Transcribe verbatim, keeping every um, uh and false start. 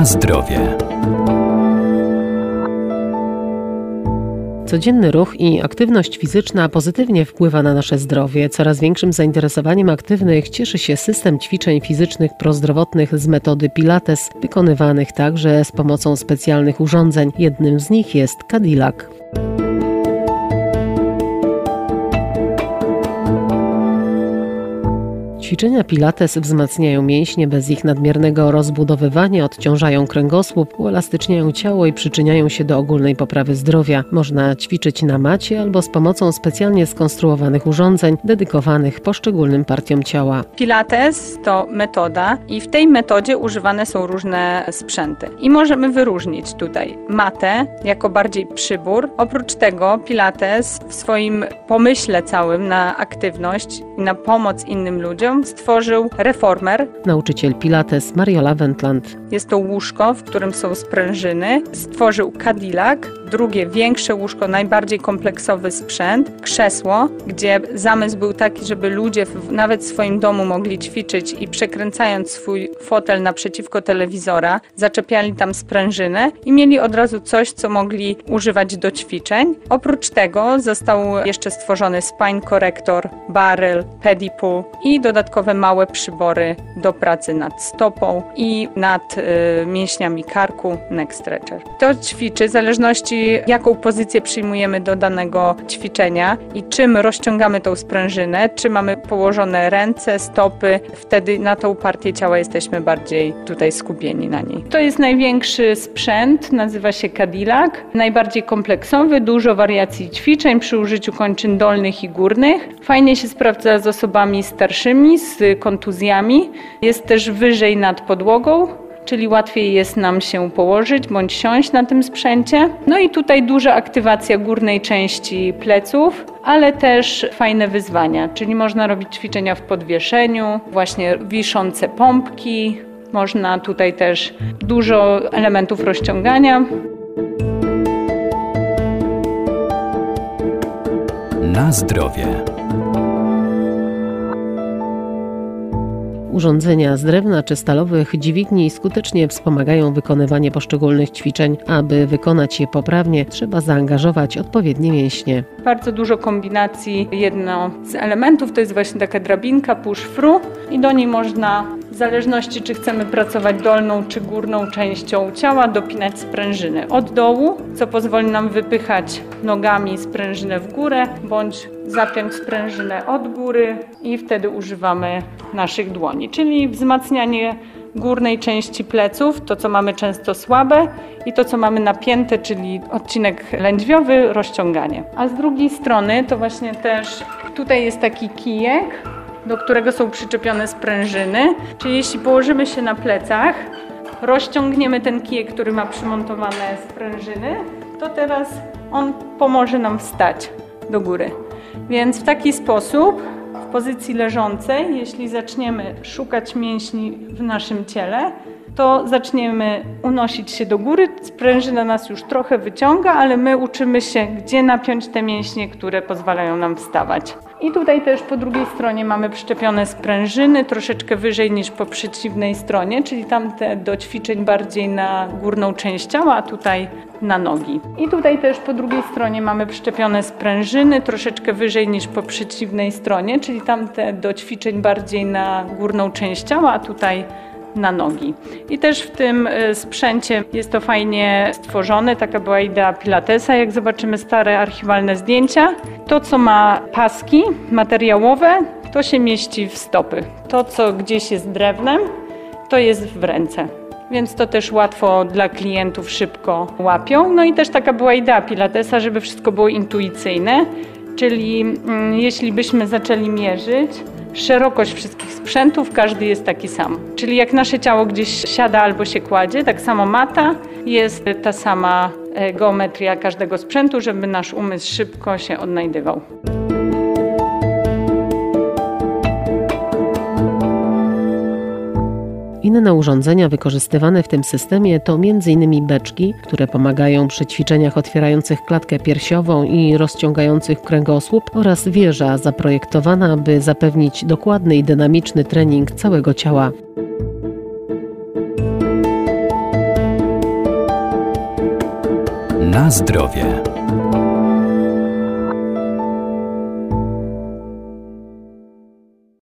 Na zdrowie. Codzienny ruch i aktywność fizyczna pozytywnie wpływa na nasze zdrowie. Coraz większym zainteresowaniem aktywnych cieszy się system ćwiczeń fizycznych prozdrowotnych z metody Pilates, wykonywanych także z pomocą specjalnych urządzeń. Jednym z nich jest Cadillac. Ćwiczenia Pilates wzmacniają mięśnie bez ich nadmiernego rozbudowywania, odciążają kręgosłup, uelastyczniają ciało i przyczyniają się do ogólnej poprawy zdrowia. Można ćwiczyć na macie albo z pomocą specjalnie skonstruowanych urządzeń dedykowanych poszczególnym partiom ciała. Pilates to metoda i w tej metodzie używane są różne sprzęty. I możemy wyróżnić tutaj matę jako bardziej przybór. Oprócz tego Pilates w swoim pomyśle całym na aktywność i na pomoc innym ludziom stworzył reformer. Nauczyciel Pilates Mariola Wendland. Jest to łóżko, w którym są sprężyny. Stworzył Cadillac, drugie większe łóżko, najbardziej kompleksowy sprzęt, krzesło, gdzie zamysł był taki, żeby ludzie w, nawet w swoim domu mogli ćwiczyć i przekręcając swój fotel naprzeciwko telewizora, zaczepiali tam sprężynę i mieli od razu coś, co mogli używać do ćwiczeń. Oprócz tego został jeszcze stworzony spine corrector, barrel, pedipool i dodatkowe małe przybory do pracy nad stopą i nad y, mięśniami karku, neck stretcher. To ćwiczy w zależności jaką pozycję przyjmujemy do danego ćwiczenia i czym rozciągamy tą sprężynę, czy mamy położone ręce, stopy, wtedy na tą partię ciała jesteśmy bardziej tutaj skupieni na niej. To jest największy sprzęt, nazywa się Cadillac, najbardziej kompleksowy, dużo wariacji ćwiczeń przy użyciu kończyn dolnych i górnych. Fajnie się sprawdza z osobami starszymi, z kontuzjami, jest też wyżej nad podłogą, czyli łatwiej jest nam się położyć bądź siąść na tym sprzęcie. No i tutaj duża aktywacja górnej części pleców, ale też fajne wyzwania, czyli można robić ćwiczenia w podwieszeniu, właśnie wiszące pompki, można tutaj też dużo elementów rozciągania. Na zdrowie. Urządzenia z drewna czy stalowych dźwigni skutecznie wspomagają wykonywanie poszczególnych ćwiczeń. Aby wykonać je poprawnie, trzeba zaangażować odpowiednie mięśnie. Bardzo dużo kombinacji. Jedno z elementów to jest właśnie taka drabinka push-through i do niej można, w zależności czy chcemy pracować dolną czy górną częścią ciała, dopinać sprężyny od dołu, co pozwoli nam wypychać nogami sprężynę w górę, bądź zapiąć sprężynę od góry i wtedy używamy naszych dłoni, czyli wzmacnianie górnej części pleców, to co mamy często słabe i to co mamy napięte, czyli odcinek lędźwiowy, rozciąganie. A z drugiej strony to właśnie też tutaj jest taki kijek, do którego są przyczepione sprężyny, czyli jeśli położymy się na plecach, rozciągniemy ten kijek, który ma przymontowane sprężyny, to teraz on pomoże nam wstać do góry. Więc w taki sposób, w pozycji leżącej, jeśli zaczniemy szukać mięśni w naszym ciele, to zaczniemy unosić się do góry, sprężyna nas już trochę wyciąga, ale my uczymy się, gdzie napiąć te mięśnie, które pozwalają nam wstawać. I tutaj też po drugiej stronie mamy przyczepione sprężyny, troszeczkę wyżej niż po przeciwnej stronie, czyli tamte do ćwiczeń bardziej na górną część ciała, a tutaj na nogi. I tutaj też po drugiej stronie mamy przyczepione sprężyny, troszeczkę wyżej niż po przeciwnej stronie, czyli tamte do ćwiczeń bardziej na górną część ciała, a tutaj na nogi. I też w tym sprzęcie jest to fajnie stworzone, taka była idea Pilatesa, jak zobaczymy stare archiwalne zdjęcia. To co ma paski materiałowe, to się mieści w stopy. To co gdzieś jest drewnem, to jest w ręce. Więc to też łatwo dla klientów szybko łapią. No i też taka była idea Pilatesa, żeby wszystko było intuicyjne, czyli mm, jeśli byśmy zaczęli mierzyć szerokość wszystkich sprzętów, każdy jest taki sam. Czyli jak nasze ciało gdzieś siada albo się kładzie, tak samo mata, jest ta sama geometria każdego sprzętu, żeby nasz umysł szybko się odnajdywał. Inne urządzenia wykorzystywane w tym systemie to między innymi beczki, które pomagają przy ćwiczeniach otwierających klatkę piersiową i rozciągających kręgosłup, oraz wieża zaprojektowana, by zapewnić dokładny i dynamiczny trening całego ciała. Na zdrowie.